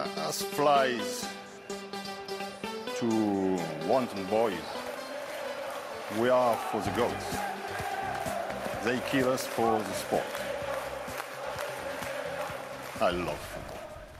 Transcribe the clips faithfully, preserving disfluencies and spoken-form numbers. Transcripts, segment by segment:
as flies to wanton boys. We are for the goats. They kill us for the sport. I love football.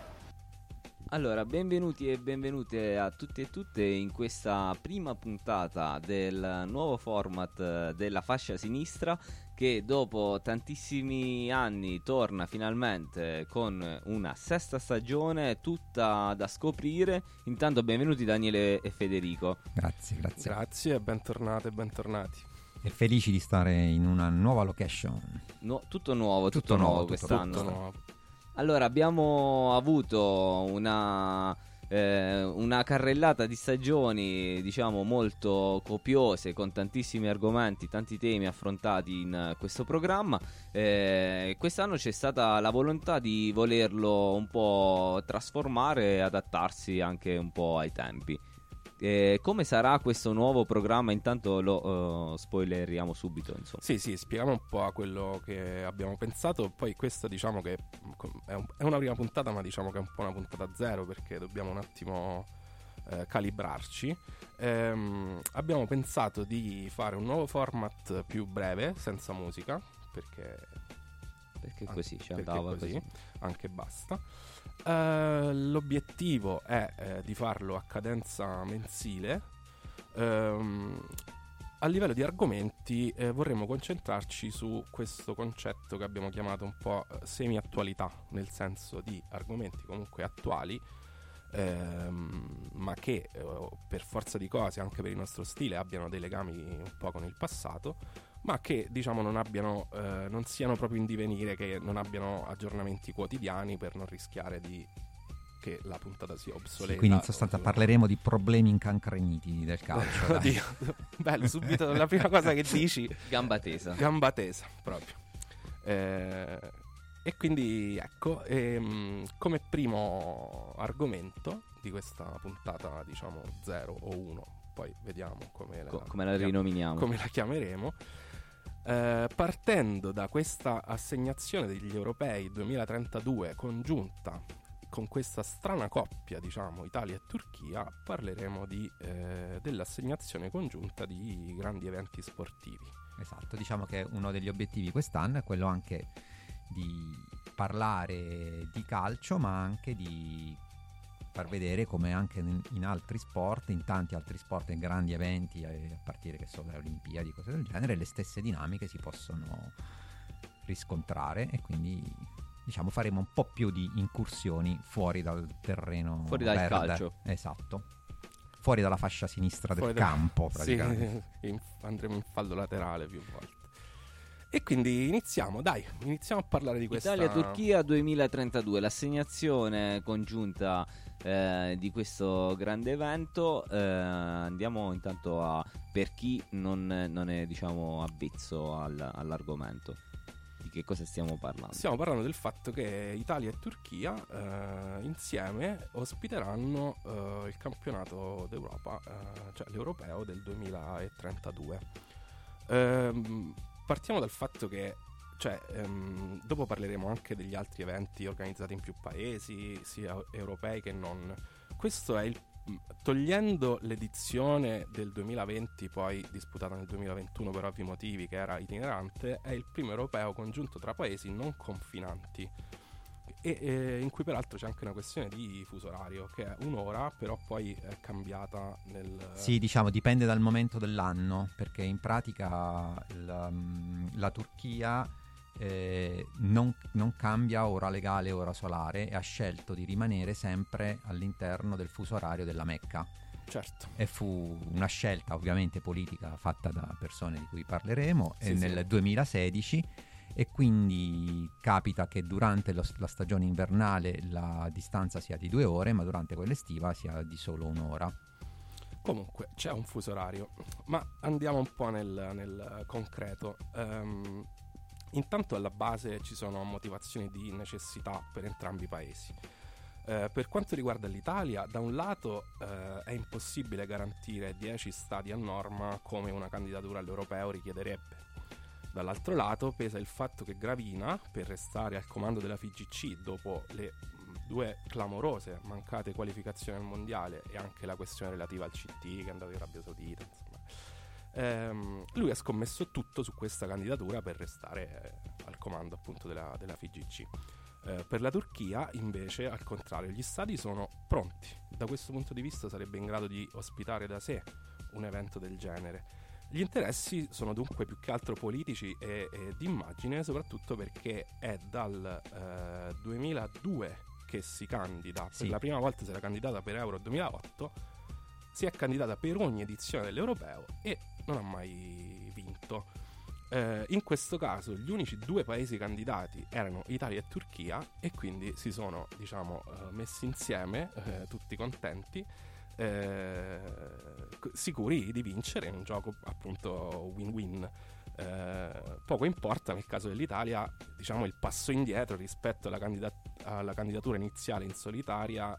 Allora, benvenuti e benvenute a tutti e tutte in questa prima puntata del nuovo format della fascia sinistra, che dopo tantissimi anni torna finalmente con una sesta stagione tutta da scoprire. Intanto benvenuti Daniele e Federico. Grazie, grazie. Grazie, bentornate e bentornati. E felici di stare in una nuova location. No, tutto nuovo, tutto, Tutto nuovo, nuovo, quest'anno. Tutto nuovo. Allora, abbiamo avuto una, eh, una carrellata di stagioni, diciamo, molto copiose, con tantissimi argomenti, tanti temi affrontati in questo programma. Eh, quest'anno c'è stata la volontà di volerlo un po' trasformare e adattarsi anche un po' ai tempi. Eh, come sarà questo nuovo programma? Intanto lo uh, spoileriamo subito, insomma. Sì, sì, spieghiamo un po' a quello che abbiamo pensato. Poi questa diciamo che è, un, è una prima puntata, ma diciamo che è un po' una puntata zero, perché dobbiamo un attimo eh, calibrarci. Ehm, abbiamo pensato di fare un nuovo format più breve, senza musica, perché Perché anche, così ci perché andava così, così. anche basta. Uh, l'obiettivo è eh, di farlo a cadenza mensile. Um, a livello di argomenti eh, vorremmo concentrarci su questo concetto che abbiamo chiamato un po' semi-attualità, nel senso di argomenti comunque attuali, ehm, ma che eh, per forza di cose, anche per il nostro stile, abbiano dei legami un po' con il passato, ma che diciamo non abbiano eh, non siano proprio in divenire, che non abbiano aggiornamenti quotidiani, per non rischiare di che la puntata sia obsoleta. Sì, quindi in sostanza parleremo di problemi incancreniti del calcio. Oddio, bello, subito la prima cosa che dici, Gamba tesa. gamba tesa proprio. Eh, e quindi ecco, ehm, come primo argomento di questa puntata, diciamo zero o uno, poi vediamo come la, Co- come la rinominiamo. come la chiameremo. Eh, partendo da questa assegnazione degli europei duemilatrentadue congiunta con questa strana coppia, diciamo, Italia e Turchia, parleremo di, eh, dell'assegnazione congiunta di grandi eventi sportivi. Esatto, diciamo che uno degli obiettivi quest'anno è quello anche di parlare di calcio, ma anche di far vedere come anche in, in altri sport, in tanti altri sport, in grandi eventi, a partire che so dalle Olimpiadi, cose del genere, le stesse dinamiche si possono riscontrare, e quindi diciamo faremo un po' più di incursioni fuori dal terreno Fuori dal verde. calcio. Esatto, fuori dalla fascia sinistra Fuori del da- campo Sì, praticamente. in- andremo in fallo laterale più volte. E quindi iniziamo, dai, iniziamo a parlare di questa Italia-Turchia duemilatrentadue, l'assegnazione congiunta eh, di questo grande evento. Eh, andiamo intanto a, per chi non, non è, diciamo, avvezzo al, all'argomento, di che cosa stiamo parlando. Stiamo parlando del fatto che Italia e Turchia eh, insieme ospiteranno eh, il campionato d'Europa, eh, cioè l'europeo del duemilatrentadue. Ehm, partiamo dal fatto che, cioè, ehm, dopo parleremo anche degli altri eventi organizzati in più paesi, sia europei che non. Questo è il, togliendo l'edizione del duemilaventi, poi disputata nel duemilaventuno per ovvi motivi, che era itinerante, è il primo europeo congiunto tra paesi non confinanti, e, e in cui peraltro c'è anche una questione di fuso orario, che è un'ora, però poi è cambiata nel... Sì, diciamo dipende dal momento dell'anno, perché in pratica la, la Turchia eh, non, non cambia ora legale, ora solare, e ha scelto di rimanere sempre all'interno del fuso orario della Mecca. Certo. E fu una scelta ovviamente politica fatta da persone di cui parleremo, Sì, e sì. nel duemilasedici, e quindi capita che durante lo, la stagione invernale la distanza sia di due ore, ma durante quella estiva sia di solo un'ora. Comunque c'è un fuso orario, ma andiamo un po' nel, nel concreto. Um, intanto alla base ci sono motivazioni di necessità per entrambi i paesi. Uh, per quanto riguarda l'Italia, da un lato uh, è impossibile garantire dieci stadi a norma come una candidatura all'europeo richiederebbe. Dall'altro lato pesa il fatto che Gravina, per restare al comando della F I G C dopo le due clamorose mancate qualificazioni al mondiale e anche la questione relativa al C T che è andato in Arabia Saudita, insomma, ehm, lui ha scommesso tutto su questa candidatura per restare eh, al comando appunto della, della F I G C. Eh, per la Turchia invece, al contrario, gli stadi sono pronti, da questo punto di vista sarebbe in grado di ospitare da sé un evento del genere. Gli interessi sono dunque più che altro politici e, e di immagine, soprattutto perché è dal eh, duemiladue che si candida, Sì. per la prima volta si era candidata per Euro duemilaotto, si è candidata per ogni edizione dell'Europeo e non ha mai vinto. Eh, in questo caso gli unici due paesi candidati erano Italia e Turchia e quindi si sono, diciamo, eh, messi insieme, eh, tutti contenti, eh, sicuri di vincere in un gioco appunto win-win. Eh, poco importa nel caso dell'Italia, diciamo, il passo indietro rispetto alla, candida- alla candidatura iniziale in solitaria,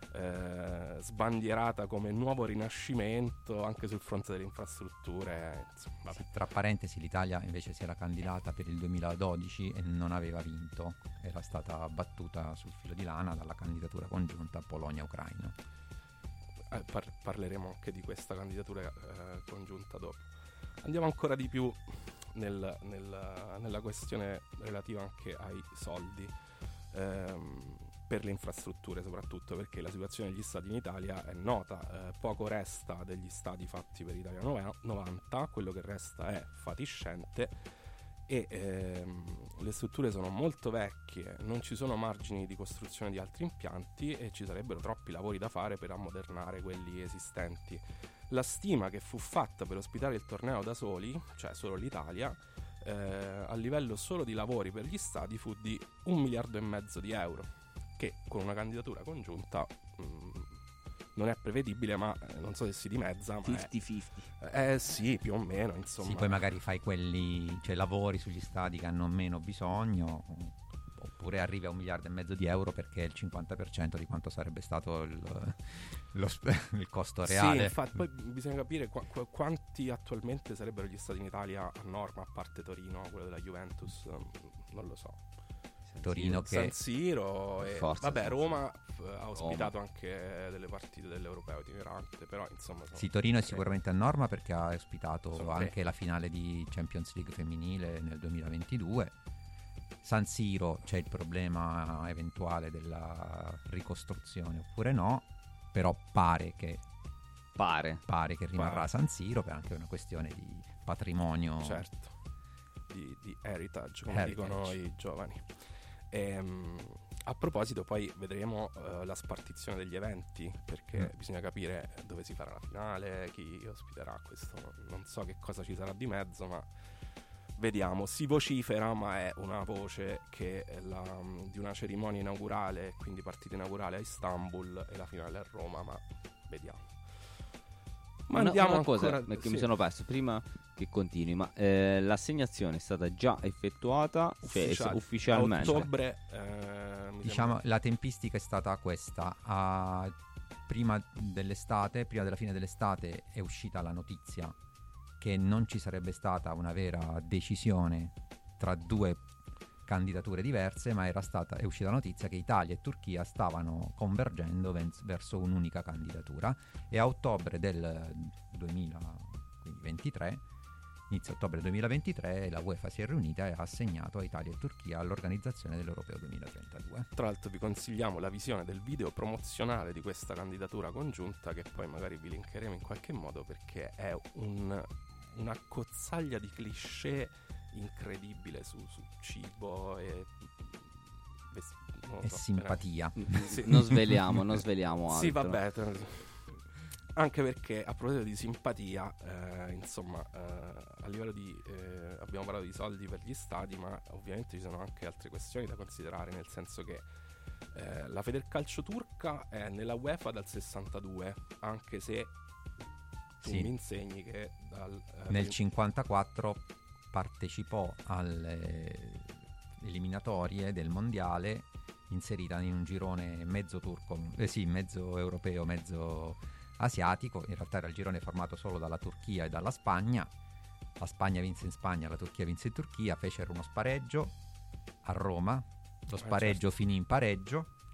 eh, sbandierata come nuovo rinascimento anche sul fronte delle infrastrutture, insomma, vabbè. Sì, tra parentesi, l'Italia invece si era candidata per il duemiladodici e non aveva vinto, era stata battuta sul filo di lana dalla candidatura congiunta Polonia-Ucraina. Eh, par- parleremo anche di questa candidatura eh, congiunta dopo. Andiamo ancora di più nel, nel, nella questione relativa anche ai soldi, ehm, per le infrastrutture soprattutto, perché la situazione degli stadi in Italia è nota, eh, poco resta degli stadi fatti per Italia novanta, quello che resta è fatiscente e ehm, le strutture sono molto vecchie, non ci sono margini di costruzione di altri impianti e ci sarebbero troppi lavori da fare per ammodernare quelli esistenti. La stima che fu fatta per ospitare il torneo da soli, cioè solo l'Italia, eh, a livello solo di lavori per gli stadi fu di un miliardo e mezzo di euro, che con una candidatura congiunta mh, non è prevedibile, ma eh, non so se si dimezza, ma cinquanta cinquanta. è, eh sì, più o meno, insomma. Sì, poi magari fai quelli, cioè lavori sugli stadi che hanno meno bisogno, oppure arrivi a un miliardo e mezzo di euro perché è il cinquanta per cento di quanto sarebbe stato il, lo, il costo reale. Sì, infatti, poi bisogna capire qua, qua, quanti attualmente sarebbero gli stadi in Italia a norma, a parte Torino, quello della Juventus, non lo so. Torino che San Siro e Forza, vabbè, San Roma f- ha ospitato Roma. anche delle partite dell'Europeo itinerante, però insomma sono- sì, Torino è tre. sicuramente a norma perché ha ospitato Sono anche tre. la finale di Champions League femminile nel duemilaventidue. San Siro c'è il problema eventuale della ricostruzione oppure no, però pare che Pare. pare che rimarrà Pare. San Siro per anche una questione di patrimonio. Certo, di, di heritage, come Heritage. dicono i giovani. Ehm, a proposito, poi vedremo eh, la spartizione degli eventi, perché Mm. bisogna capire dove si farà la finale, chi ospiterà questo. Non so che cosa ci sarà di mezzo, ma vediamo. Si vocifera, ma è una voce che è la, di una cerimonia inaugurale, quindi partita inaugurale a Istanbul e la finale a Roma, ma vediamo. Ma Una- andiamo una cosa ancora, che sì. mi sono perso prima che continui, ma eh, l'assegnazione è stata già effettuata, cioè Ufficiale. ufficialmente. A ottobre, eh, mi Diciamo sembra- la tempistica è stata questa. A- prima dell'estate, prima della fine dell'estate è uscita la notizia che non ci sarebbe stata una vera decisione tra due candidature diverse, ma era stata, è uscita la notizia che Italia e Turchia stavano convergendo ven- verso un'unica candidatura e a ottobre del duemilaventitré, inizio ottobre duemilaventitré, la UEFA si è riunita e ha assegnato a Italia e Turchia all'organizzazione dell'Europeo duemilatrentadue. Tra l'altro vi consigliamo la visione del video promozionale di questa candidatura congiunta, che poi magari vi linkeremo in qualche modo, perché è un, una cozzaglia di cliché incredibile su, su cibo e, ves- non lo E so, simpatia. Sì. Non sveliamo, non sveliamo altro. Sì, vabbè. t- Anche perché a proposito di simpatia, eh, insomma, eh, a livello di eh, abbiamo parlato di soldi per gli stadi, ma ovviamente ci sono anche altre questioni da considerare, nel senso che eh, la Federcalcio turca è nella UEFA dal sessantadue, anche se tu Sì. mi insegni che dal eh, Nel cinquantaquattro partecipò alle eliminatorie del mondiale inserita in un girone mezzo turco, eh sì, mezzo europeo, mezzo asiatico. In realtà era il girone formato solo dalla Turchia e dalla Spagna. La Spagna vinse in Spagna, la Turchia vinse in Turchia, fecero uno spareggio a Roma, lo spareggio certo. finì in pareggio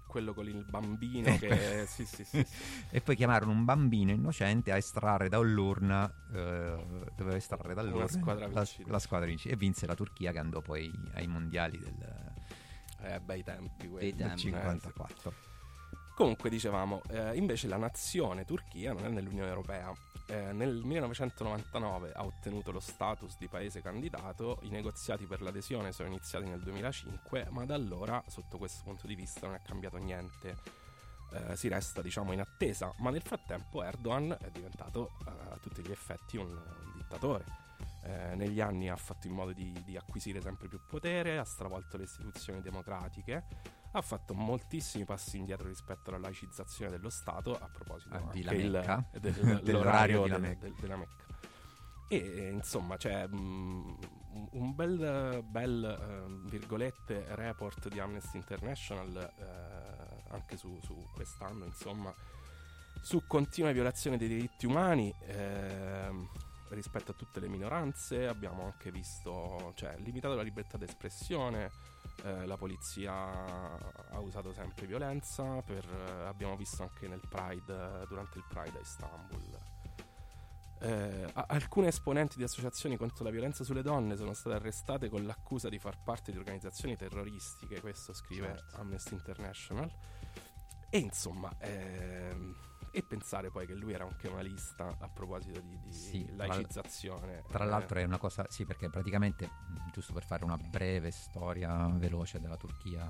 quello con il bambino che sì, sì, sì, sì. E poi chiamarono un bambino innocente a estrarre dall'urna eh, doveva estrarre dall'urna squadra la, vincita. la squadra vincita, e vinse la Turchia, che andò poi ai mondiali del, Eh, bei tempi quelli. Bei del tempi. cinquantaquattro. Comunque dicevamo, eh, invece la nazione Turchia non è nell'Unione Europea. Eh, nel millenovecentonovantanove ha ottenuto lo status di paese candidato, i negoziati per l'adesione sono iniziati nel duemilacinque, ma da allora sotto questo punto di vista non è cambiato niente. Eh, si resta diciamo in attesa, ma nel frattempo Erdogan è diventato eh, a tutti gli effetti un, un dittatore. Eh, negli anni ha fatto in modo di, di acquisire sempre più potere, ha stravolto le istituzioni democratiche, ha fatto moltissimi passi indietro rispetto alla laicizzazione dello Stato, a proposito Ah, di anche La Mecca. il, del, Dell'orario dell'orario di La del- Mecca. del- della Mecca. E eh, insomma c'è mm, un bel, bel eh, virgolette report di Amnesty International eh, anche su, su quest'anno, insomma, su continue violazioni dei diritti umani ehm, rispetto a tutte le minoranze. Abbiamo anche visto, cioè, limitato la libertà d'espressione, eh, la polizia ha usato sempre violenza, per, eh, abbiamo visto anche nel Pride, eh, durante il Pride a Istanbul. Eh, a- alcune esponenti di associazioni contro la violenza sulle donne sono state arrestate con l'accusa di far parte di organizzazioni terroristiche, questo scrive Certo. Amnesty International. E insomma, ehm, e pensare poi che lui era un kemalista, a proposito di, di Sì, tra- laicizzazione. Tra eh, l'altro è una cosa, sì, perché praticamente, mh, giusto per fare una breve storia veloce della Turchia,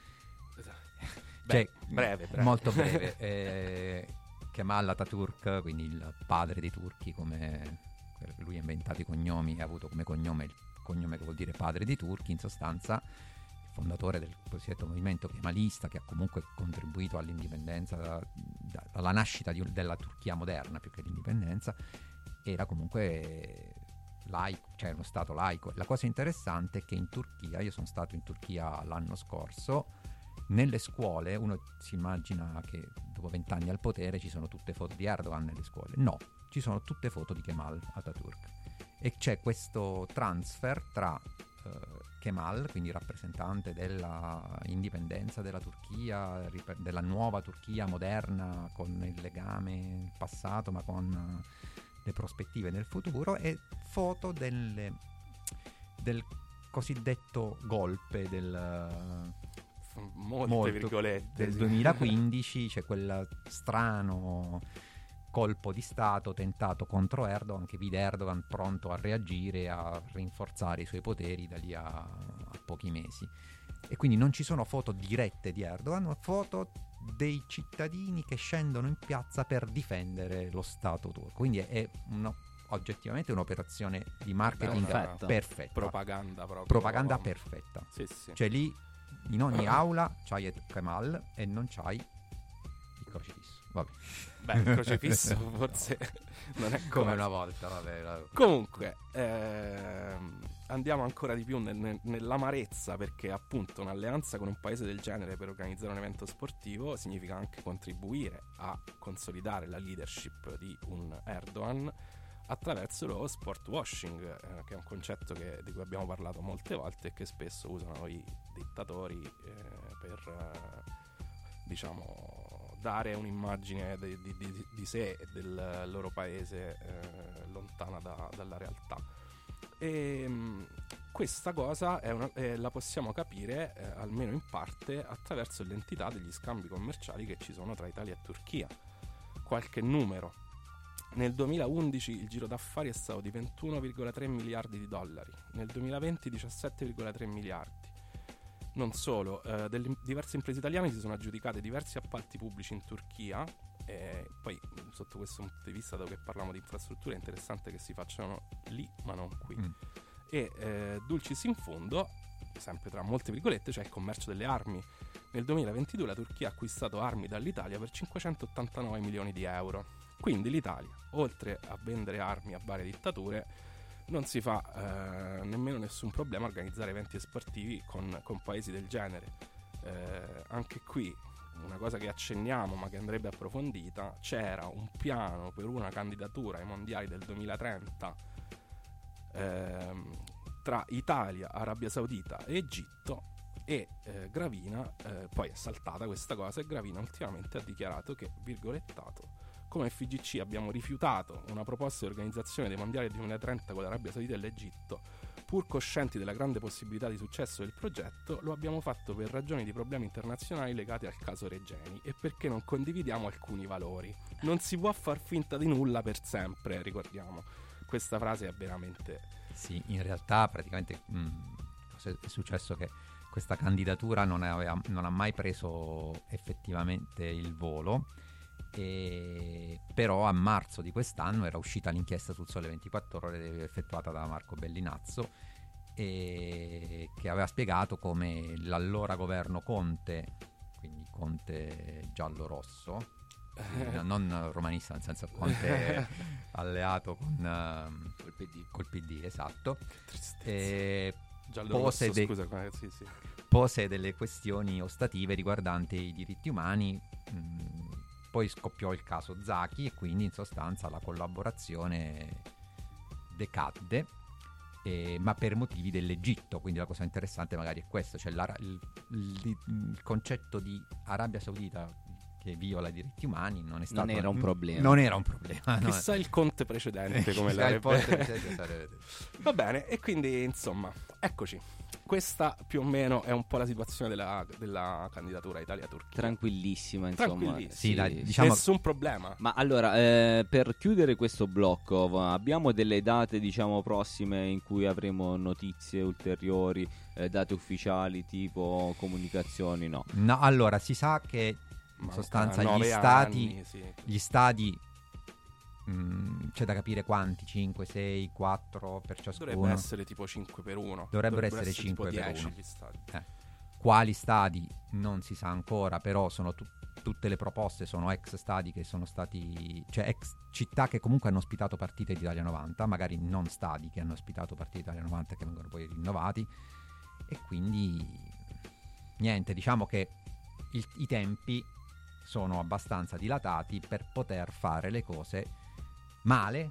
beh, cioè, breve, breve. molto breve, eh, Kemal Atatürk, quindi il padre dei turchi, come lui ha inventato i cognomi, ha avuto come cognome il cognome che vuol dire padre dei turchi, in sostanza il fondatore del cosiddetto movimento kemalista, che ha comunque contribuito all'indipendenza, da- da- dalla nascita di un- della Turchia moderna più che l'indipendenza, era comunque laico, cioè uno stato laico. La cosa interessante è che in Turchia, io sono stato in Turchia l'anno scorso, nelle scuole uno si immagina che dopo vent'anni al potere ci sono tutte foto di Erdogan nelle scuole. No, ci sono tutte foto di Kemal Atatürk, e c'è questo transfer tra eh, Kemal, quindi rappresentante della indipendenza della Turchia, ripe- della nuova Turchia moderna, con il legame il passato ma con eh, le prospettive nel futuro, e foto delle, del cosiddetto golpe del F- molte molto- virgolette del sì. duemilaquindici, c'è quel strano colpo di stato tentato contro Erdogan, che vide Erdogan pronto a reagire e a rinforzare i suoi poteri da lì a, a pochi mesi. E quindi non ci sono foto dirette di Erdogan, ma foto dei cittadini che scendono in piazza per difendere lo Stato turco. Quindi è, è uno- oggettivamente un'operazione di marketing Perfetta. perfetta. propaganda proprio. Propaganda perfetta. Sì, sì. Cioè lì in ogni aula c'hai Kemal e non c'hai il crocifisso. Vabbè. Beh, il crocifisso forse non è Come come una volta, vabbè. vabbè. Comunque, ehm, andiamo ancora di più nel- nel- nell'amarezza, perché appunto un'alleanza con un paese del genere per organizzare un evento sportivo significa anche contribuire a consolidare la leadership di un Erdogan attraverso lo sport washing, eh, che è un concetto che- di cui abbiamo parlato molte volte e che spesso usano i dittatori eh, per eh, diciamo dare un'immagine di, di- di- di sé e del loro paese eh, lontana da- dalla realtà. E mh, questa cosa è una- eh, la possiamo capire eh, almeno in parte attraverso l'entità degli scambi commerciali che ci sono tra Italia e Turchia. Qualche numero: nel duemilaundici il giro d'affari è stato di ventuno virgola tre miliardi di dollari, nel duemilaventi diciassette virgola tre miliardi. Non solo, eh, delle diverse imprese italiane si sono aggiudicate diversi appalti pubblici in Turchia, e poi mh, sotto questo punto di vista, dato che parliamo di infrastrutture, è interessante che si facciano lì ma non qui. Mm. E eh, dulcis in fondo, sempre tra molte virgolette, c'è il commercio delle armi. Nel duemilaventidue la Turchia ha acquistato armi dall'Italia per cinquecentottantanove milioni di euro. Quindi l'Italia, oltre a vendere armi a varie dittature, non si fa eh, nemmeno nessun problema a organizzare eventi sportivi con, con paesi del genere. Eh, anche qui una cosa che accenniamo ma che andrebbe approfondita: c'era un piano per una candidatura ai mondiali del duemilatrenta ehm, tra Italia, Arabia Saudita e Egitto, E eh, Gravina, eh, poi è saltata questa cosa, e Gravina ultimamente ha dichiarato che, virgolettato, come F I G C abbiamo rifiutato una proposta di organizzazione dei mondiali del duemilatrenta con l'Arabia Saudita e l'Egitto, pur coscienti della grande possibilità di successo del progetto. Lo abbiamo fatto per ragioni di problemi internazionali legati al caso Regeni e perché non condividiamo alcuni valori. Non si può far finta di nulla per sempre, ricordiamo. Questa frase è veramente... Sì, in realtà praticamente mh, è successo che questa candidatura non, aveva, non ha mai preso effettivamente il volo, e però a marzo di quest'anno era uscita l'inchiesta sul Sole ventiquattro Ore effettuata da Marco Bellinazzo, e che aveva spiegato come l'allora governo Conte, quindi Conte giallo-rosso, non romanista, nel senso Conte alleato con uh, Col P D. col P D, esatto, Tristezza. e pose, de- scusa, sì, sì. pose delle questioni ostative riguardanti i diritti umani. mh, Poi scoppiò il caso Zaki e quindi in sostanza la collaborazione decadde, eh, ma per motivi dell'Egitto. Quindi la cosa interessante magari è questo, cioè l'ara- il, il- il concetto di Arabia Saudita che viola i diritti umani non è stato Non era un problema. Non era un problema. no. Chissà il Conte precedente come Chissà il l'avrebbe... Conte precedente sarebbe- Va bene, e quindi insomma, eccoci. Questa più o meno è un po' la situazione della, della candidatura Italia-Turchia. Tranquillissima, insomma. Tranquillissima. Sì, dai, diciamo- Nessun problema. Ma allora, eh, per chiudere questo blocco, v- abbiamo delle date, diciamo, prossime in cui avremo notizie ulteriori, eh, date ufficiali, tipo comunicazioni, no? No, allora si sa che in Manca sostanza gli nove stati anni, sì. gli stadi mh, c'è da capire quanti, cinque, sei, quattro per ciascuno. Dovrebbe essere tipo cinque per uno. Dovrebbero essere cinque tipo per dieci uno. gli stadi. Eh. Quali stadi non si sa ancora, però sono tu- tutte le proposte sono ex stadi che sono stati, cioè ex città che comunque hanno ospitato partite di Italia novanta, magari non stadi che hanno ospitato partite di Italia novanta che vengono poi rinnovati, e quindi niente, diciamo che il- i tempi sono abbastanza dilatati per poter fare le cose male.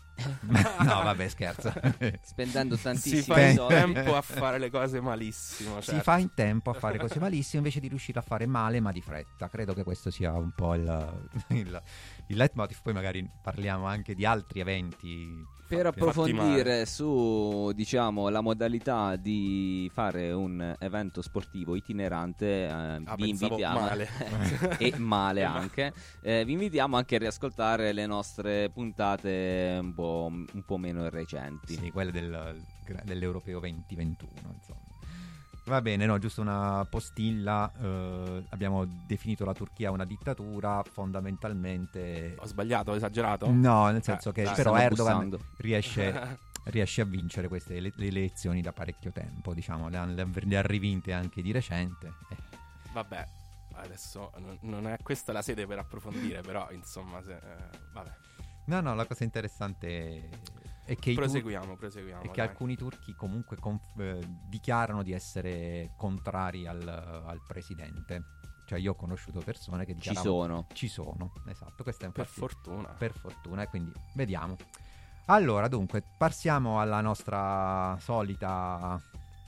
No, vabbè, scherzo. Spendendo Si tantissimi fa in soldi. tempo a fare le cose malissimo. Si certo. fa in tempo a fare cose malissime invece di riuscire a fare male ma di fretta. Credo che questo sia un po' il, il, il leitmotiv. Poi magari parliamo anche di altri eventi. Per Fatti approfondire male. su, diciamo, la modalità di fare un evento sportivo itinerante, eh, Ah, vi pensavo invitiamo male. e male E ma- anche, eh, vi invitiamo anche a riascoltare le nostre puntate un po', un po' meno recenti. Sì, quelle del, dell'Europeo venti ventuno, insomma. Va bene, no, giusto una postilla. eh, abbiamo definito la Turchia una dittatura, fondamentalmente. Ho sbagliato, ho esagerato? No, nel senso Eh, che dai, però stiamo Erdogan bussando. riesce, riesce a vincere queste ele- le elezioni da parecchio tempo, diciamo, le ha, le ha- le ha rivinte anche di recente. Eh, Vabbè, adesso non, non è questa la sede per approfondire, però insomma, se, eh, vabbè. No, no, la cosa interessante è che, i tur- Proseguiamo, proseguiamo. è che dai. alcuni turchi comunque conf- eh, dichiarano di essere contrari al, al presidente. Cioè io ho conosciuto persone che Ci dichiaravano sono. Ci sono, esatto, questa è Per infatti fortuna. per fortuna, e quindi vediamo. Allora, dunque, passiamo alla nostra solita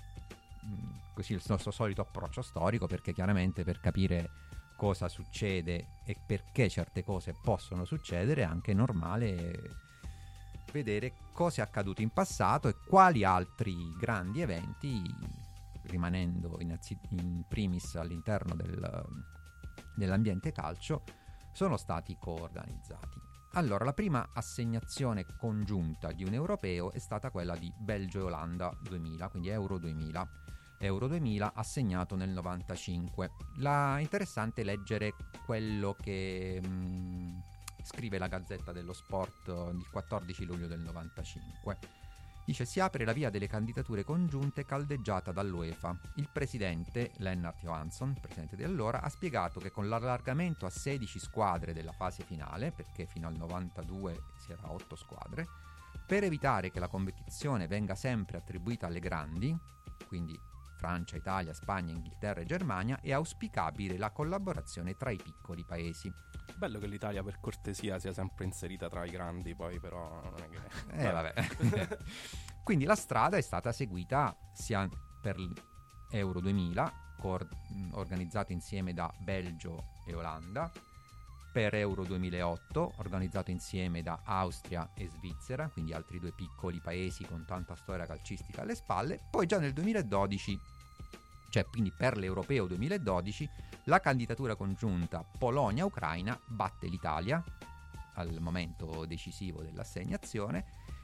mh, così il nostro solito approccio storico, perché chiaramente per capire cosa succede e perché certe cose possono succedere è anche normale vedere cosa è accaduto in passato e quali altri grandi eventi, rimanendo innanzi- in primis all'interno del, dell'ambiente calcio, sono stati coorganizzati. Allora, la prima assegnazione congiunta di un europeo è stata quella di Belgio e Olanda duemila, quindi Euro duemila. Euro duemila assegnato nel novantacinque. La interessante è leggere quello che mh, scrive la Gazzetta dello Sport il quattordici luglio del novantacinque. Dice: si apre la via delle candidature congiunte caldeggiata dall'UEFA. Il presidente Lennart Johansson, presidente di allora, ha spiegato che con l'allargamento a sedici squadre della fase finale, perché fino al novantadue si era a otto squadre, per evitare che la competizione venga sempre attribuita alle grandi, quindi Francia, Italia, Spagna, Inghilterra e Germania, è auspicabile la collaborazione tra i piccoli paesi. Bello che l'Italia per cortesia sia sempre inserita tra i grandi, poi però non è che... Eh, vabbè. Quindi la strada è stata seguita sia per Euro duemila, cor- organizzato insieme da Belgio e Olanda, per Euro duemilaotto, organizzato insieme da Austria e Svizzera, quindi altri due piccoli paesi con tanta storia calcistica alle spalle. Poi già nel duemiladodici, cioè quindi per l'Europeo duemiladodici, la candidatura congiunta Polonia-Ucraina batte l'Italia al momento decisivo dell'assegnazione,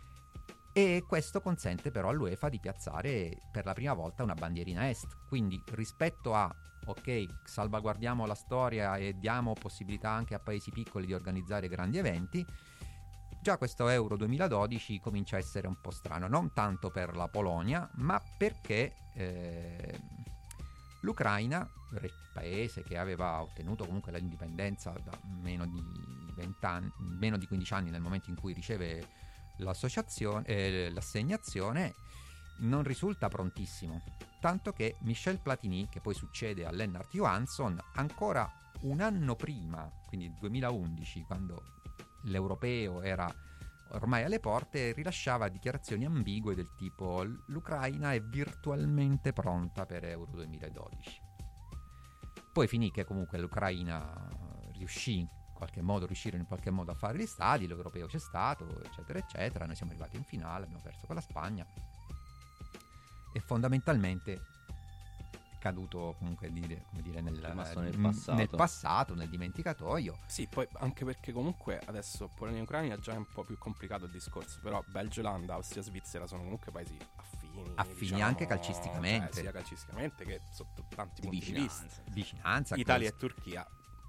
e questo consente però all'UEFA di piazzare per la prima volta una bandierina est. Quindi rispetto a ok, salvaguardiamo la storia e diamo possibilità anche a paesi piccoli di organizzare grandi eventi, già questo Euro duemiladodici comincia a essere un po' strano, non tanto per la Polonia, ma perché eh, l'Ucraina, paese che aveva ottenuto comunque l'indipendenza da meno di venti anni, meno di quindici anni nel momento in cui riceve l'associazione, eh, l'assegnazione, non risulta prontissimo, tanto che Michel Platini, che poi succede a Lennart Johansson, ancora un anno prima, quindi il duemilaundici, quando l'Europeo era ormai alle porte, rilasciava dichiarazioni ambigue del tipo: l'Ucraina è virtualmente pronta per Euro duemiladodici. Poi finì che comunque l'Ucraina riuscì in qualche modo, riuscirono in qualche modo a fare gli stadi, l'Europeo c'è stato, eccetera eccetera, noi siamo arrivati in finale, abbiamo perso con la Spagna e fondamentalmente è caduto comunque dire, come dire nel, nel, passato. nel passato, nel dimenticatoio. Sì, poi anche perché comunque adesso Polonia e Ucraina è già un po' più complicato il discorso, però Belgio, Olanda, Austria, Svizzera sono comunque paesi affini, affini diciamo, anche calcisticamente, cioè, sia calcisticamente che sotto tanti di punti vicinanza. di vista. Vicinanza, Italia cos- e Turchia.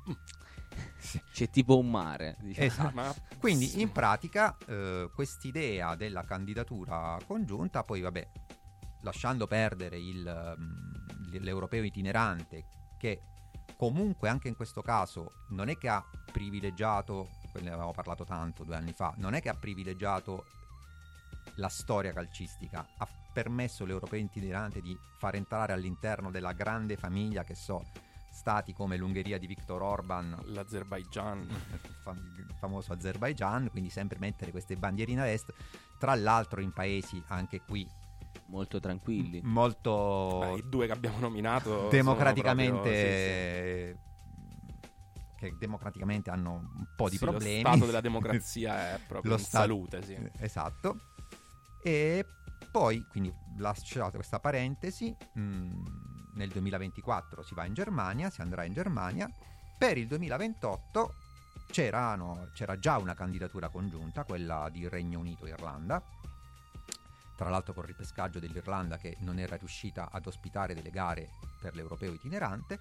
Sì. C'è tipo un mare, diciamo. Esatto. Ma Quindi in pratica eh, quest'idea della candidatura congiunta, poi vabbè, lasciando perdere il, um, l'europeo itinerante, che comunque anche in questo caso non è che ha privilegiato, ne avevamo parlato tanto due anni fa, non è che ha privilegiato la storia calcistica, ha permesso all'europeo itinerante di far entrare all'interno della grande famiglia che so stati come l'Ungheria di Viktor Orban, l'Azerbaigian, il famoso Azerbaigian, quindi sempre mettere queste bandierine a est, tra l'altro in paesi anche qui molto tranquilli, molto Beh, i due che abbiamo nominato democraticamente proprio, sì, sì. che democraticamente hanno un po' di sì, problemi. Lo stato della democrazia è proprio lo in sta- salute, sì. Esatto. E poi, quindi lasciate questa parentesi, mh, nel duemilaventiquattro si va in Germania, si andrà in Germania. Per il duemilaventotto c'erano, c'era già una candidatura congiunta, quella di Regno Unito e Irlanda, tra l'altro con il ripescaggio dell'Irlanda che non era riuscita ad ospitare delle gare per l'europeo itinerante,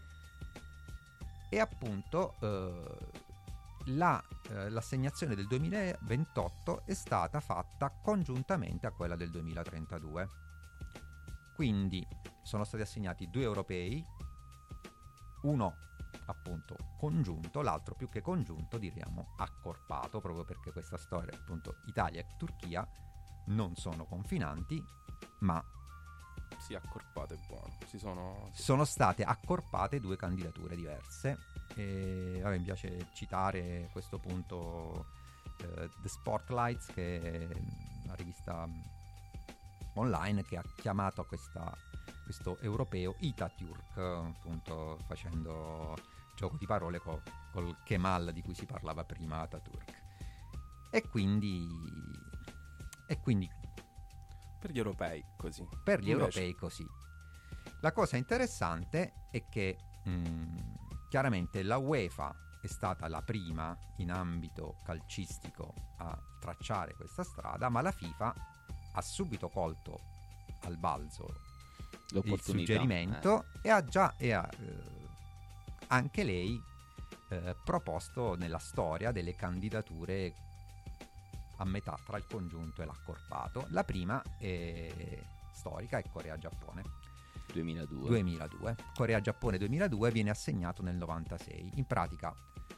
e appunto eh, la, eh, l'assegnazione del duemilaventotto è stata fatta congiuntamente a quella del duemilatrentadue. Quindi sono stati assegnati due europei, uno appunto congiunto, l'altro più che congiunto diremo accorpato, proprio perché questa storia, appunto, Italia e Turchia non sono confinanti, ma Sì, accorpato è buono. Si sono sì. sono state accorpate due candidature diverse. E vabbè, mi piace citare a questo punto eh, The Spotlights, che è una rivista online che ha chiamato a questa, questo europeo Itaturk, appunto facendo gioco di parole co, col Kemal di cui si parlava prima, Ataturk. E quindi e quindi Per gli europei così. per gli Invece, europei così. La cosa interessante è che mh, chiaramente la UEFA è stata la prima in ambito calcistico a tracciare questa strada, ma la FIFA ha subito colto al balzo il l'opportunità. suggerimento e ha già e ha, eh, anche lei eh, proposto nella storia delle candidature a metà tra il congiunto e l'accorpato. La prima è storica, è Corea-Giappone eh, duemiladue. duemiladue. Corea-Giappone duemiladue viene assegnato nel novantasei. In pratica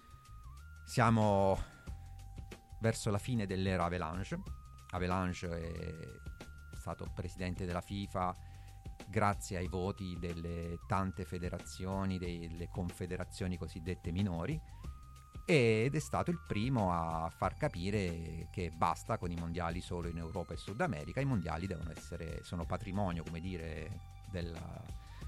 siamo verso la fine dell'era Avalanche. Avalanche è stato presidente della FIFA grazie ai voti delle tante federazioni, delle confederazioni cosiddette minori, ed è stato il primo a far capire che basta con i mondiali solo in Europa e Sud America. I mondiali devono essere, sono patrimonio, come dire, della,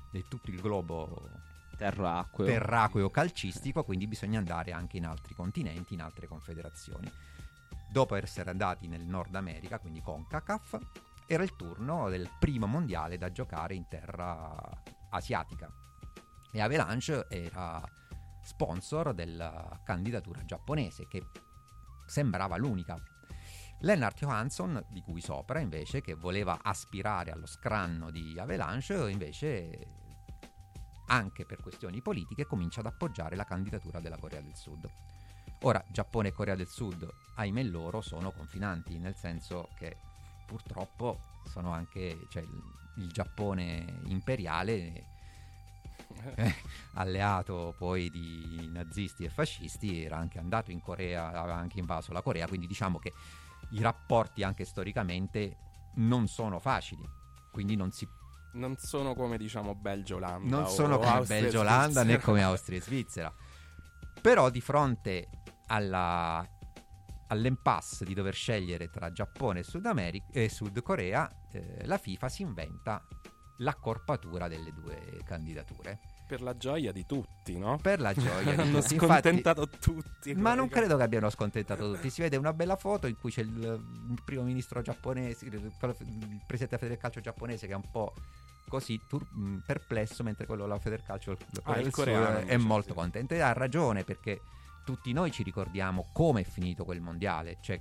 di tutto il globo terracqueo. terracqueo calcistico, quindi bisogna andare anche in altri continenti, in altre confederazioni. Dopo essere andati nel Nord America, quindi CONCACAF, era il turno del primo mondiale da giocare in terra asiatica, e Avalanche era sponsor della candidatura giapponese, che sembrava l'unica. Lennart Johansson, di cui sopra, invece, che voleva aspirare allo scranno di Avalanche, invece, anche per questioni politiche, comincia ad appoggiare la candidatura della Corea del Sud. Ora, Giappone e Corea del Sud, ahimè loro, sono confinanti, nel senso che purtroppo sono anche, cioè, il, il Giappone imperiale, eh, alleato poi di nazisti e fascisti, era anche andato in Corea, aveva anche invaso la Corea, quindi diciamo che i rapporti anche storicamente non sono facili, quindi non si non sono come, diciamo, Belgio-Olanda, non o sono come Austria e Belgio-Olanda né Svizzera. come Austria e Svizzera. Però di fronte alla, all'impasse di dover scegliere tra Giappone e Sud, America, e Sud Corea, eh, la FIFA si inventa l'accorpatura delle due candidature. Per la gioia di tutti, no? Per la gioia di Hanno tutti. scontentato Infatti, tutti. ma non credo che abbiano scontentato tutti. Si vede una bella foto in cui c'è il, il primo ministro giapponese, il, il presidente della Federcalcio giapponese, che è un po' così tur- perplesso, mentre quello della Federcalcio il, Ah, il del coreano, Sud, è invece, molto sì. contento. E ha ragione, perché tutti noi ci ricordiamo come è finito quel mondiale. Cioè,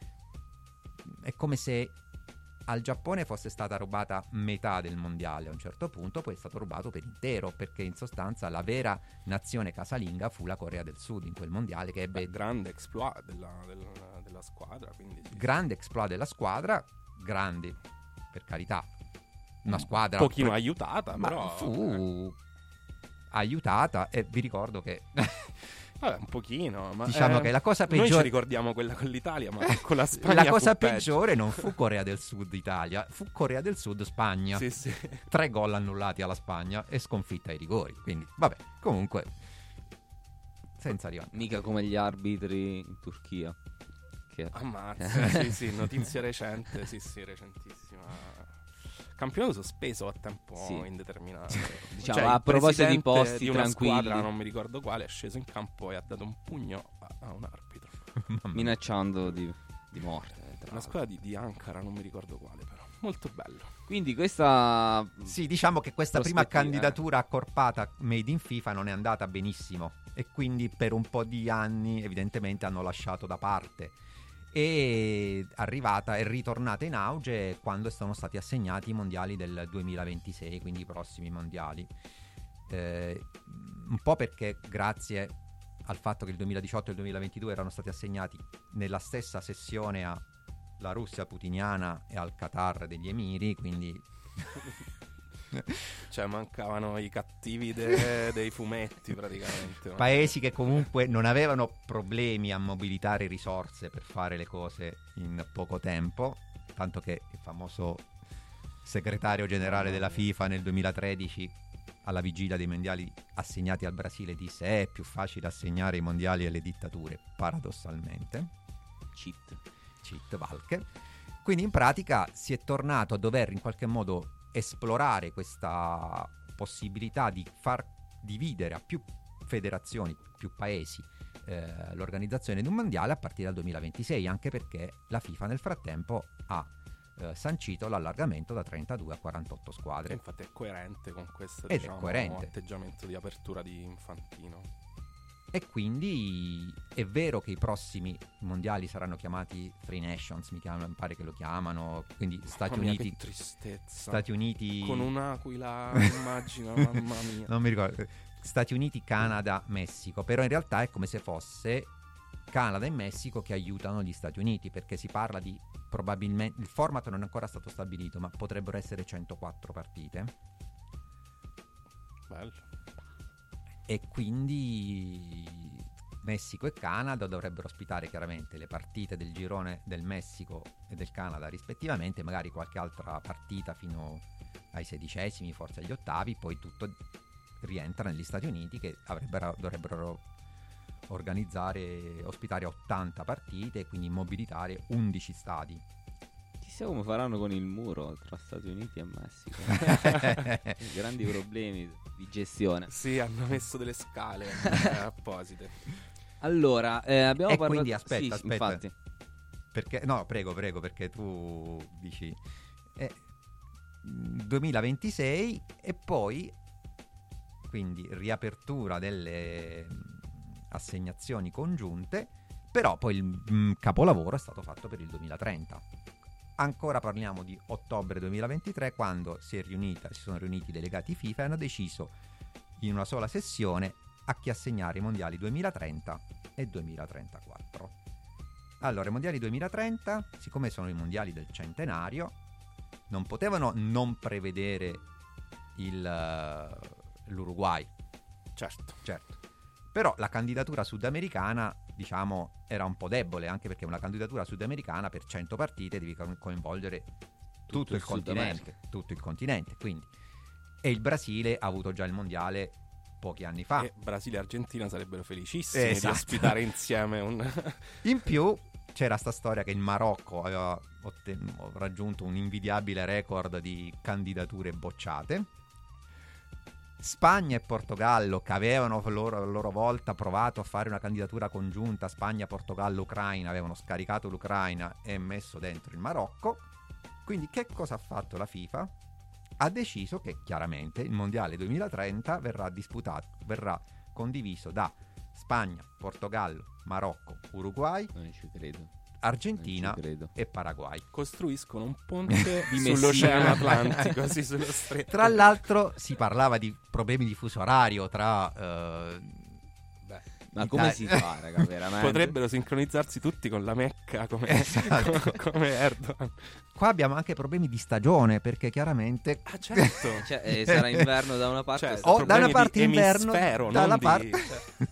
è come se al Giappone fosse stata rubata metà del mondiale a un certo punto, poi è stato rubato per intero, perché in sostanza la vera nazione casalinga fu la Corea del Sud in quel mondiale, che ebbe Beh, grande exploit della, della, della squadra, quindi sì. grande exploit della squadra, grandi, per carità, una squadra un pochino pre- aiutata, ma però fu aiutata, e vi ricordo che vabbè, un pochino, ma diciamo eh, che la cosa noi ci peggiore, ricordiamo quella con l'Italia, ma con la Spagna la cosa fu peggio. peggiore non fu Corea del Sud Italia, fu Corea del Sud Spagna. Sì, sì. Tre gol annullati alla Spagna e sconfitta ai rigori. Quindi, vabbè, comunque, senza arrivare. Mica come gli arbitri in Turchia. Che... Ammazza, sì, sì, notizia recente, sì, sì, recentissima. Campionato sospeso a tempo Sì. indeterminato. Diciamo, Cioè, a il proposito di presidente posti di una tranquilli, squadra, non mi ricordo quale, è sceso in campo e ha dato un pugno a, a un arbitro. Mamma mia. minacciando di, di morte. tra Una l'altro. squadra di, di Ankara, non mi ricordo quale, però. Molto bello. Quindi questa Sì, diciamo che questa prima Prospettiva, candidatura accorpata made in FIFA non è andata benissimo, e quindi per un po' di anni evidentemente hanno lasciato da parte. E arrivata è ritornata in auge quando sono stati assegnati i mondiali del duemilaventisei, quindi i prossimi mondiali. Eh, un po' perché grazie al fatto che il duemiladiciotto e il duemilaventidue erano stati assegnati nella stessa sessione alla Russia putiniana e al Qatar degli Emiri, quindi Cioè, mancavano i cattivi de- dei fumetti, praticamente. no? paesi che comunque non avevano problemi a mobilitare risorse per fare le cose in poco tempo, tanto che il famoso segretario generale della FIFA nel duemilatredici, alla vigilia dei mondiali assegnati al Brasile, disse: è più facile assegnare i mondiali alle dittature, paradossalmente. cheat. Cheat Valche. Quindi in pratica si è tornato a dover in qualche modo esplorare questa possibilità di far dividere a più federazioni, più paesi, eh, l'organizzazione di un mondiale a partire dal duemilaventisei, anche perché la FIFA nel frattempo ha eh, sancito l'allargamento da trentadue a quarantotto Che squadre. infatti è coerente con questo, Ed è diciamo, coerente. atteggiamento di apertura di Infantino. E quindi è vero che i prossimi mondiali saranno chiamati Free Nations, mi, chiamano, mi pare che lo chiamano, quindi Stati Mamma mia, Uniti, che tristezza. Stati Uniti Con un'aquila, immagino, mamma mia. non mi ricordo, Stati Uniti, Canada, Messico, però in realtà è come se fosse Canada e Messico che aiutano gli Stati Uniti, perché si parla di probabilmente, il format non è ancora stato stabilito, ma potrebbero essere centoquattro partite, Bello. e quindi Messico e Canada dovrebbero ospitare chiaramente le partite del girone del Messico e del Canada rispettivamente, magari qualche altra partita fino ai sedicesimi, forse agli ottavi, poi tutto rientra negli Stati Uniti, che avrebbero, dovrebbero organizzare, ospitare ottanta partite e quindi mobilitare undici stadi. Ti Chissà come faranno con il muro tra Stati Uniti e Messico. Grandi problemi di gestione. Sì, hanno messo delle scale eh, apposite. Allora, eh, abbiamo E parlato... quindi aspetta, sì, aspetta. infatti. Perché, no, prego, prego, perché tu dici eh, duemilaventisei e poi quindi riapertura delle mh, assegnazioni congiunte, però poi il mh, capolavoro è stato fatto per il duemilatrenta. Ancora parliamo di ottobre duemilaventitré, quando si è riunita, si sono riuniti i delegati FIFA e hanno deciso in una sola sessione a chi assegnare i mondiali duemilatrenta e duemilatrentaquattro. Allora, i mondiali duemilatrenta, siccome sono i mondiali del centenario, non potevano non prevedere il, l'Uruguay. Certo. Certo. Però la candidatura sudamericana, diciamo, era un po' debole, anche perché una candidatura sudamericana per cento partite devi co- coinvolgere tutto, Tutto il il continente, tutto il continente, quindi. E il Brasile ha avuto già il mondiale pochi anni fa. E Brasile e Argentina sarebbero felicissimi Esatto. di ospitare insieme un... In più c'era sta storia che il Marocco aveva otten- raggiunto un invidiabile record di candidature bocciate. Spagna e Portogallo, che avevano a loro, a loro volta provato a fare una candidatura congiunta, Spagna, Portogallo, Ucraina, avevano scaricato l'Ucraina e messo dentro il Marocco. Quindi che cosa ha fatto la FIFA? Ha deciso che chiaramente il mondiale duemilatrenta verrà disputato, verrà condiviso da Spagna, Portogallo, Marocco, Uruguay, Non ci credo. Argentina Non ci credo. e Paraguay. Costruiscono un ponte Di sull'Oceano Messina. Atlantico, sì, sullo stretto. Tra l'altro si parlava di problemi di fuso orario tra eh, Beh, Ma come Italia- si fa, raga, veramente? potrebbero sincronizzarsi tutti con la Mecca come, Esatto. come Erdogan. Qua abbiamo anche problemi di stagione, perché chiaramente Ah, certo. Cioè, eh, sarà inverno da una parte Cioè, o o sta- da una problemi parte di inverno, emisfero, dalla non di- parte cioè,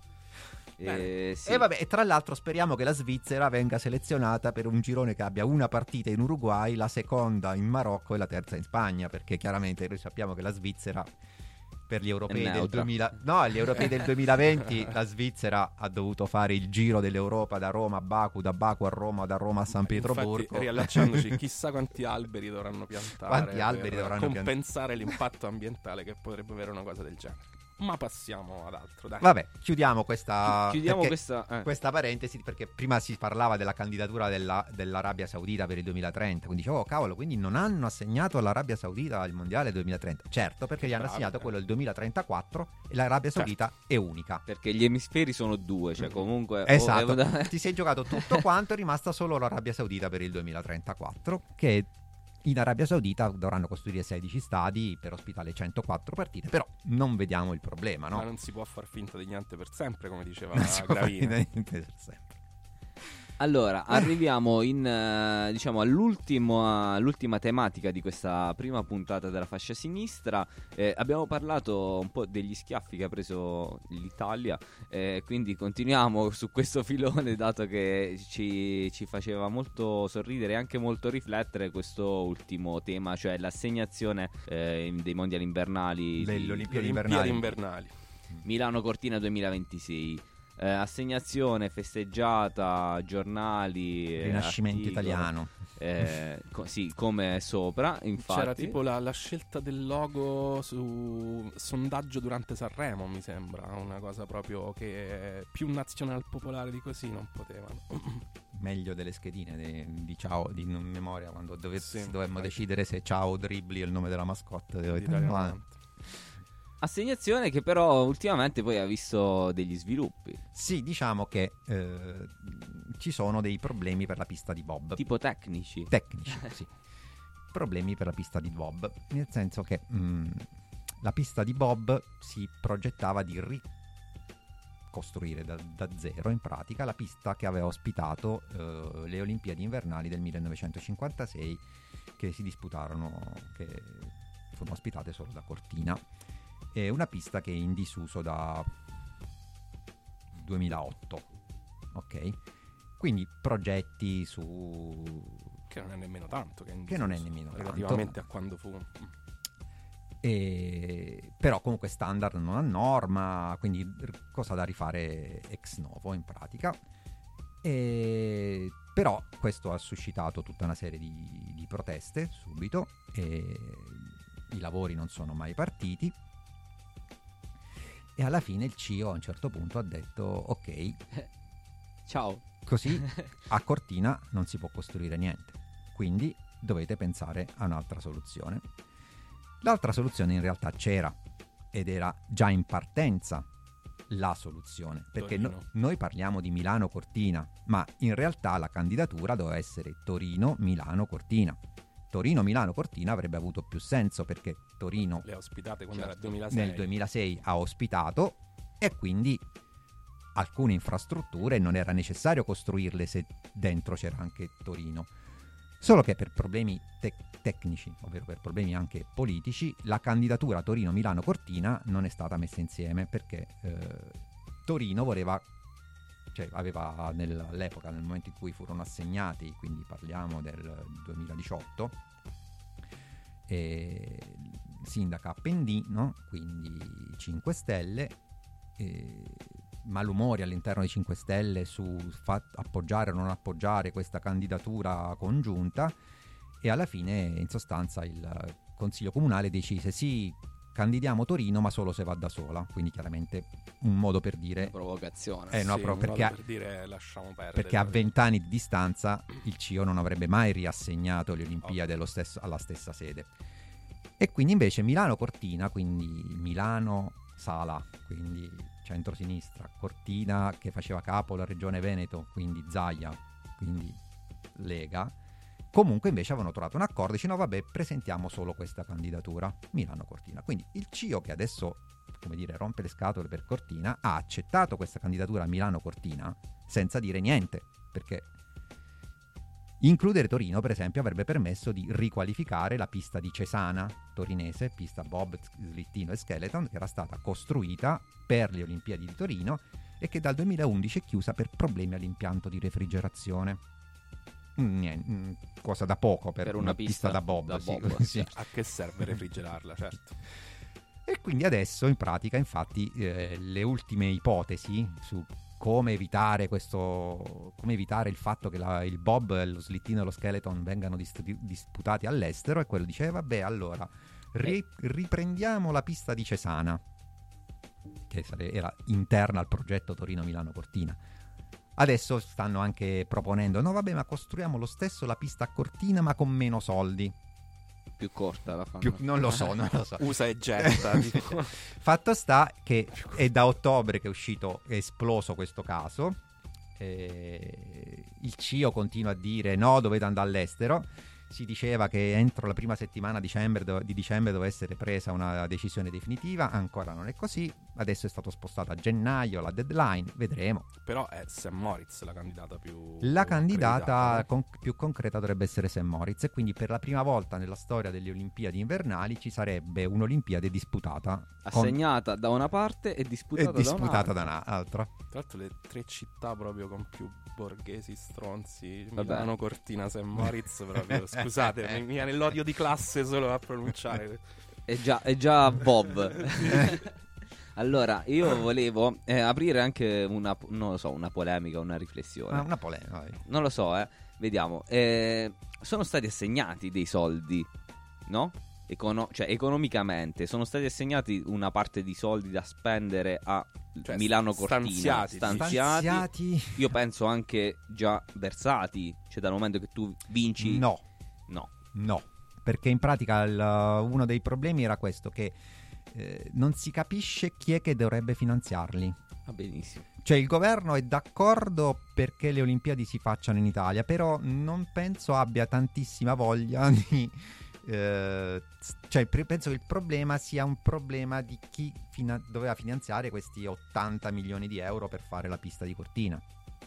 eh, sì. E vabbè, e tra l'altro speriamo che la Svizzera venga selezionata per un girone che abbia una partita in Uruguay, la seconda in Marocco e la terza in Spagna, perché chiaramente noi sappiamo che la Svizzera per gli europei È del neutra. duemila no, agli europei del duemilaventi la Svizzera ha dovuto fare il giro dell'Europa da Roma a Baku, da Baku a Roma, da Roma a San Pietroburgo. Infatti, riallacciandoci, chissà quanti alberi dovranno piantare Quanti alberi per dovranno compensare l'impatto ambientale che potrebbe avere una cosa del genere. Ma passiamo ad altro, dai. Vabbè, chiudiamo questa Chiudiamo perché- questa... eh. questa parentesi, perché prima si parlava della candidatura della- dell'Arabia Saudita per il duemilatrenta, quindi dicevo, oh cavolo, quindi non hanno assegnato all'Arabia Saudita il mondiale duemilatrenta. Certo, perché gli hanno Bravo, assegnato eh. quello del duemilatrentaquattro e l'Arabia Saudita è unica. Perché gli emisferi sono due, cioè comunque... o- Esatto, eh, da- ti sei giocato tutto quanto, è rimasta solo l'Arabia Saudita per il duemilatrentaquattro, che in Arabia Saudita dovranno costruire sedici stadi per ospitare centoquattro partite, però non vediamo il problema, no? Ma non si può far finta di niente per sempre, come diceva Non si può fare Gravina. niente per sempre. Allora, arriviamo in, eh, diciamo, all'ultimo, all'ultima tematica di questa prima puntata della fascia sinistra. Eh, abbiamo parlato un po' degli schiaffi che ha preso l'Italia, eh, quindi continuiamo su questo filone, dato che ci, ci faceva molto sorridere e anche molto riflettere questo ultimo tema, cioè l'assegnazione eh, dei mondiali invernali Delle di Olimpiadi Olimpiadi invernali. invernali. Milano Cortina duemilaventisei. Eh, assegnazione, festeggiata, giornali, eh, Rinascimento articoli, italiano. eh, co- sì, come sopra, infatti. C'era tipo la, la scelta del logo su sondaggio durante Sanremo, mi sembra. Una cosa proprio che più nazional popolare di così non potevano. Meglio delle schedine di, di ciao di in memoria, quando dove, Sì, dovemmo vai. decidere se ciao Dribbly è il nome della mascotte D'Italia dell'Italia. avanti. Assegnazione che però ultimamente poi ha visto degli sviluppi, Sì, diciamo che eh, ci sono dei problemi per la pista di bob. tipo tecnici. Tecnici, sì. Problemi per la pista di bob, nel senso che mh, la pista di bob si progettava di ricostruire da, da zero, in pratica, la pista che aveva ospitato eh, le Olimpiadi invernali del millenovecentocinquantasei, che si disputarono, che furono ospitate solo da Cortina. È una pista che è in disuso da duemilaotto, ok? Quindi progetti su... Che non è nemmeno tanto. Che, è in Che non è disuso, nemmeno relativamente a quando fu. E... però comunque standard non a norma, quindi r- cosa da rifare ex novo in pratica. E, però questo ha suscitato tutta una serie di, di proteste subito, e i lavori non sono mai partiti, e alla fine il C I O a un certo punto ha detto ok, ciao, così a Cortina non si può costruire niente, quindi dovete pensare a un'altra soluzione. L'altra soluzione in realtà c'era, ed era già in partenza la soluzione, perché no, noi parliamo di Milano-Cortina, ma in realtà la candidatura doveva essere Torino-Milano-Cortina. Torino-Milano-Cortina avrebbe avuto più senso, perché Torino le ha ospitate quando certo. era il duemilasei. Nel duemilasei ha ospitato, e quindi alcune infrastrutture non era necessario costruirle se dentro c'era anche Torino. Solo che per problemi te- tecnici, ovvero per problemi anche politici, la candidatura Torino-Milano-Cortina non è stata messa insieme, perché eh, Torino voleva, cioè aveva nel, all'epoca, nel momento in cui furono assegnati, quindi parliamo del duemiladiciotto, eh, sindaca Appendino, quindi cinque Stelle, eh, malumori all'interno dei cinque Stelle su fa- appoggiare o non appoggiare questa candidatura congiunta, e alla fine in sostanza il Consiglio Comunale decise sì, candidiamo Torino ma solo se va da sola, quindi chiaramente un modo per dire una provocazione, eh, no, sì, pro- un perché, modo per dire lasciamo perdere, perché a vent'anni di distanza il C I O non avrebbe mai riassegnato le Olimpiadi allo stesso, alla stessa sede, e quindi invece Milano-Cortina, quindi Milano-Sala, quindi centrosinistra, Cortina che faceva capo alla regione Veneto, quindi Zaia, quindi Lega, comunque invece avevano trovato un accordo, dice no vabbè, presentiamo solo questa candidatura Milano-Cortina. Quindi il C I O, che adesso, come dire, rompe le scatole per Cortina, ha accettato questa candidatura Milano-Cortina senza dire niente, perché includere Torino, per esempio, avrebbe permesso di riqualificare la pista di Cesana torinese, pista bob, slittino e skeleton, che era stata costruita per le Olimpiadi di Torino e che dal duemilaundici è chiusa per problemi all'impianto di refrigerazione. Niente, cosa da poco per, per una, una pista, pista da bob, da sì, bob. sì. A che serve refrigerarla, certo. E quindi adesso in pratica, infatti, eh, le ultime ipotesi su come evitare questo, come evitare il fatto che la, il bob, lo slittino e lo skeleton vengano dist- disputati all'estero, e quello diceva vabbè, allora ri- riprendiamo la pista di Cesana, che sare- era interna al progetto Torino-Milano-Cortina. Adesso stanno anche proponendo no vabbè, ma costruiamo lo stesso la pista a Cortina ma con meno soldi, più corta la fanno. più, non lo so, non lo so. Usa e getta. Fatto sta che è da ottobre che è uscito, è esploso questo caso. Eh, il C I O continua a dire no, dovete andare all'estero. Si diceva che entro la prima settimana dicembre, do, di dicembre doveva essere presa una decisione definitiva, ancora non è così, adesso è stato spostato a gennaio la deadline, vedremo. Però è Saint Moritz la candidata più La candidata no? con, più concreta dovrebbe essere Saint Moritz, e quindi per la prima volta nella storia delle Olimpiadi invernali ci sarebbe un'Olimpiade disputata, assegnata con, da una parte e disputata, e disputata da un'altra. Da un'altra. Tra l'altro le tre città proprio con più borghesi stronzi, Vabbè. Milano, Cortina, Saint Moritz, proprio scusate, mi viene l'odio di classe solo a pronunciare. È già, è già Bob. Allora, io volevo eh, aprire anche una, non lo so, una polemica, una riflessione. Ah, una polemica, vai. Non lo so, eh. Vediamo. Eh, sono stati assegnati dei soldi, no? Econo- cioè, economicamente sono stati assegnati una parte di soldi da spendere a Cioè, Milano Cortina, stanziati, stanziati. Stanziati. Io penso anche già versati, cioè dal momento che tu vinci. No, No. no, perché in pratica il, uno dei problemi era questo, che eh, non si capisce chi è che dovrebbe finanziarli. Va benissimo. Cioè il governo è d'accordo perché le Olimpiadi si facciano in Italia, però non penso abbia tantissima voglia di... Eh, cioè penso che il problema sia un problema di chi fina- doveva finanziare questi ottanta milioni di euro per fare la pista di Cortina.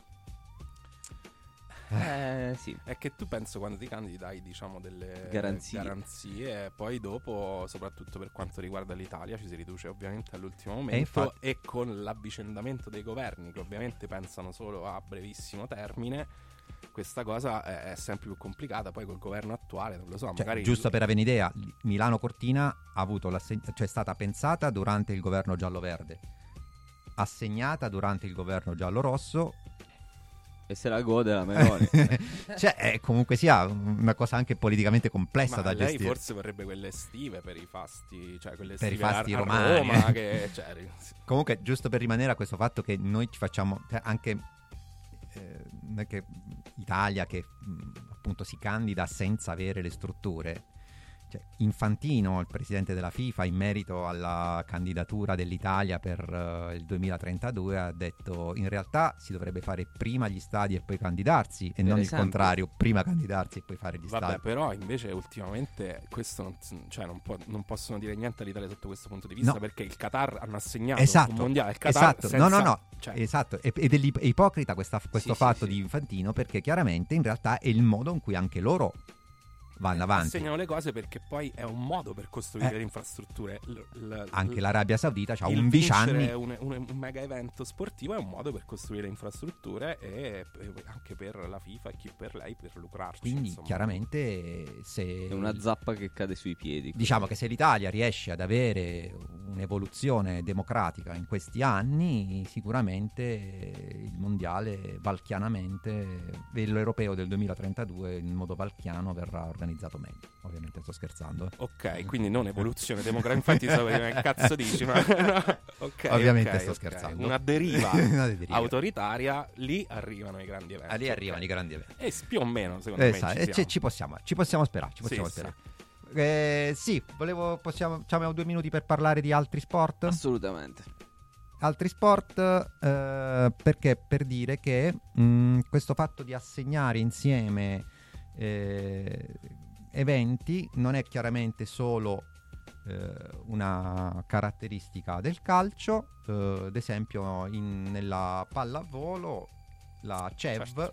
Eh sì. È che tu penso quando ti candidi dai diciamo delle Garanzie. garanzie e poi dopo, soprattutto per quanto riguarda l'Italia, ci si riduce ovviamente all'ultimo momento, E e, infatti- con l'avvicendamento dei governi che ovviamente pensano solo a brevissimo termine, questa cosa è, è sempre più complicata. Poi col governo attuale non lo so, Cioè, magari giusto per avere un'idea, Milano Cortina ha avuto l'assegn- cioè è stata pensata durante il governo giallo-verde, assegnata durante il governo giallo-rosso E se la gode la Meloni. Cioè, è comunque sia una cosa anche politicamente complessa Ma da lei gestire. forse vorrebbe quelle estive per i fasti, cioè quelle Per i estive fasti a, a romani. Roma, che, cioè, Comunque, giusto per rimanere a questo fatto che noi ci facciamo cioè, anche eh, non è che Italia che mh, appunto si candida senza avere le strutture. Cioè, Infantino, il presidente della FIFA, in merito alla candidatura dell'Italia per uh, il duemilatrentadue, ha detto in realtà si dovrebbe fare prima gli stadi e poi candidarsi, e Per non esempio. il contrario, prima candidarsi e poi fare gli vabbè, stadi. però invece ultimamente questo non, cioè, non, può- non possono dire niente all'Italia sotto questo punto di vista, No. perché il Qatar hanno assegnato Esatto, un mondiale al Qatar esatto. senza, no, no, no, cioè, esatto. E- Ed è lip- è ipocrita questa- questo Sì, sì, fatto sì. di Infantino, perché chiaramente in realtà è il modo in cui anche loro vanno avanti. assegnano le cose perché poi è un modo per costruire Eh. le infrastrutture. L- l- Anche l- l'Arabia Saudita ha il undici anni. vincere un, un, un mega evento sportivo è un modo per costruire le infrastrutture e, e anche per la FIFA e chi per lei per lucrarci. Quindi insomma. chiaramente se È una zappa che cade sui piedi. diciamo che se l'Italia riesce ad avere un'evoluzione democratica in questi anni, sicuramente il mondiale valchianamente, l'europeo del duemilatrentadue in modo valchiano verrà organizzato meglio. Ovviamente sto scherzando. eh. Ok, quindi non evoluzione demografica. Infatti stavo per dire, che cazzo dici? Ma no, ok, Ovviamente ok, sto ok. scherzando. Una deriva Una deriva. autoritaria, lì arrivano i grandi eventi. Ah, lì arrivano ok. i grandi eventi. E più o meno, secondo Eh, me, sa- ci e ci, siamo. ci possiamo, ci possiamo sperare. Ci possiamo Sì, sperare. Eh, sì, volevo, possiamo, abbiamo due minuti per parlare di altri sport. Assolutamente. Altri sport, eh, perché per dire che mh, questo fatto di assegnare insieme eh, eventi non è chiaramente solo eh, una caratteristica del calcio. Eh, ad esempio in- nella pallavolo la C E V, Certo.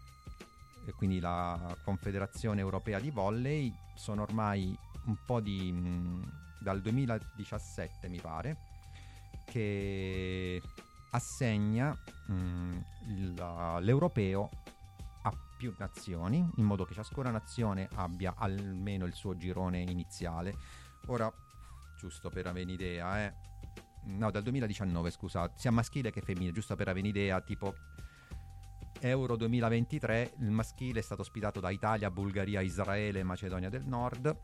e quindi la Confederazione Europea di Volley, sono ormai un po' di mh, dal duemiladiciassette mi pare che assegna mh, il- l'europeo a più nazioni, in modo che ciascuna nazione abbia almeno il suo girone iniziale. Ora, giusto per avere un'idea, eh, no, dal duemiladiciannove, scusa, sia maschile che femminile, giusto per avere un'idea, tipo Euro duemilaventitré, il maschile è stato ospitato da Italia, Bulgaria, Israele e Macedonia del Nord,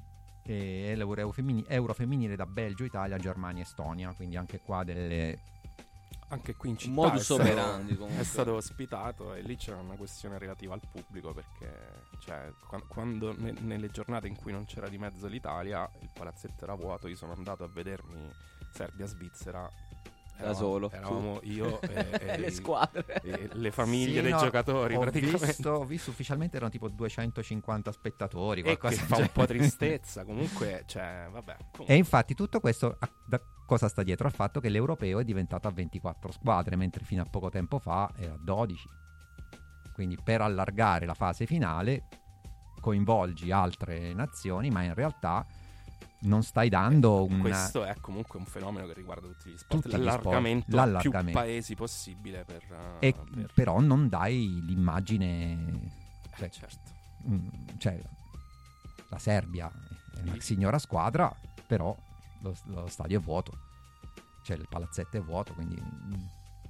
e l'Euro femminile, Euro femminile da Belgio, Italia, Germania, Estonia, quindi anche qua delle... Anche qui in città modus è stato, operandi, comunque. è stato ospitato, e lì c'era una questione relativa al pubblico, perché cioè, qua- quando ne- nelle giornate in cui non c'era di mezzo l'Italia, il palazzetto era vuoto, io sono andato a vedermi Serbia-Svizzera. Da Eravamo- solo, Eravamo io e, e le i- squadre. e le famiglie Sì, dei no, giocatori, ho praticamente. visto, ho visto ufficialmente erano tipo duecentocinquanta spettatori, E che qualcosa fa del un po' genere. tristezza. Comunque, cioè, vabbè. comunque. E infatti tutto questo a- da cosa sta dietro? Al fatto che l'europeo è diventato a ventiquattro squadre, mentre fino a poco tempo fa era a dodici. Quindi per allargare la fase finale coinvolgi altre nazioni, ma in realtà non stai dando un... Questo è comunque un fenomeno che riguarda tutti gli sport. Tutti gli sport, l'allargamento, a più l'allargamento. paesi possibile per... uh, E per- però non dai l'immagine... eh, Cioè, certo. mm, cioè, la Serbia è una Sì. signora squadra, però lo, lo stadio è vuoto. Cioè il palazzetto è vuoto, quindi... mm,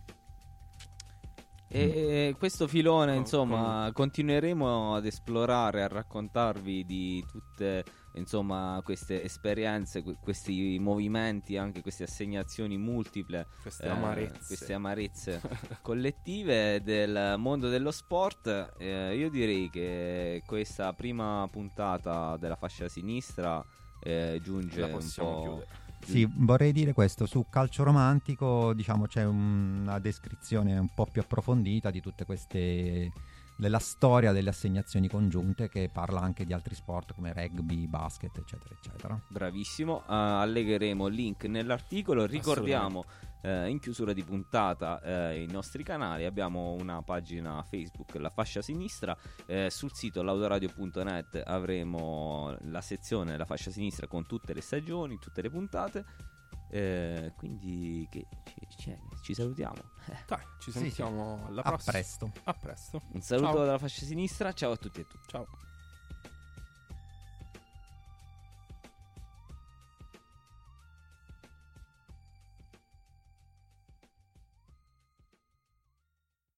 E questo filone, Con- insomma, continueremo ad esplorare, a raccontarvi di tutte, insomma, queste esperienze, que- questi movimenti, anche queste assegnazioni multiple, Queste eh, amarezze. queste amarezze collettive del mondo dello sport. Eh, io direi che questa prima puntata della fascia sinistra eh, giunge La un possiamo po'. chiudere. Sì, vorrei dire questo, su calcio romantico diciamo c'è un- una descrizione un po' più approfondita di tutte queste, della storia delle assegnazioni congiunte, che parla anche di altri sport come rugby, basket, eccetera, eccetera. Bravissimo, uh, allegheremo il link nell'articolo. Ricordiamo eh, in chiusura di puntata eh, i nostri canali. Abbiamo una pagina Facebook, La Fascia Sinistra, eh, sul sito laudoradio punto net avremo la sezione La Fascia Sinistra con tutte le stagioni, tutte le puntate. Eh, quindi che, ci, ci- ci salutiamo. Dai, ci Sì, sentiamo alla A prossima. presto. A presto. Un saluto Ciao. dalla Fascia Sinistra, ciao a tutti e a tutti. Ciao.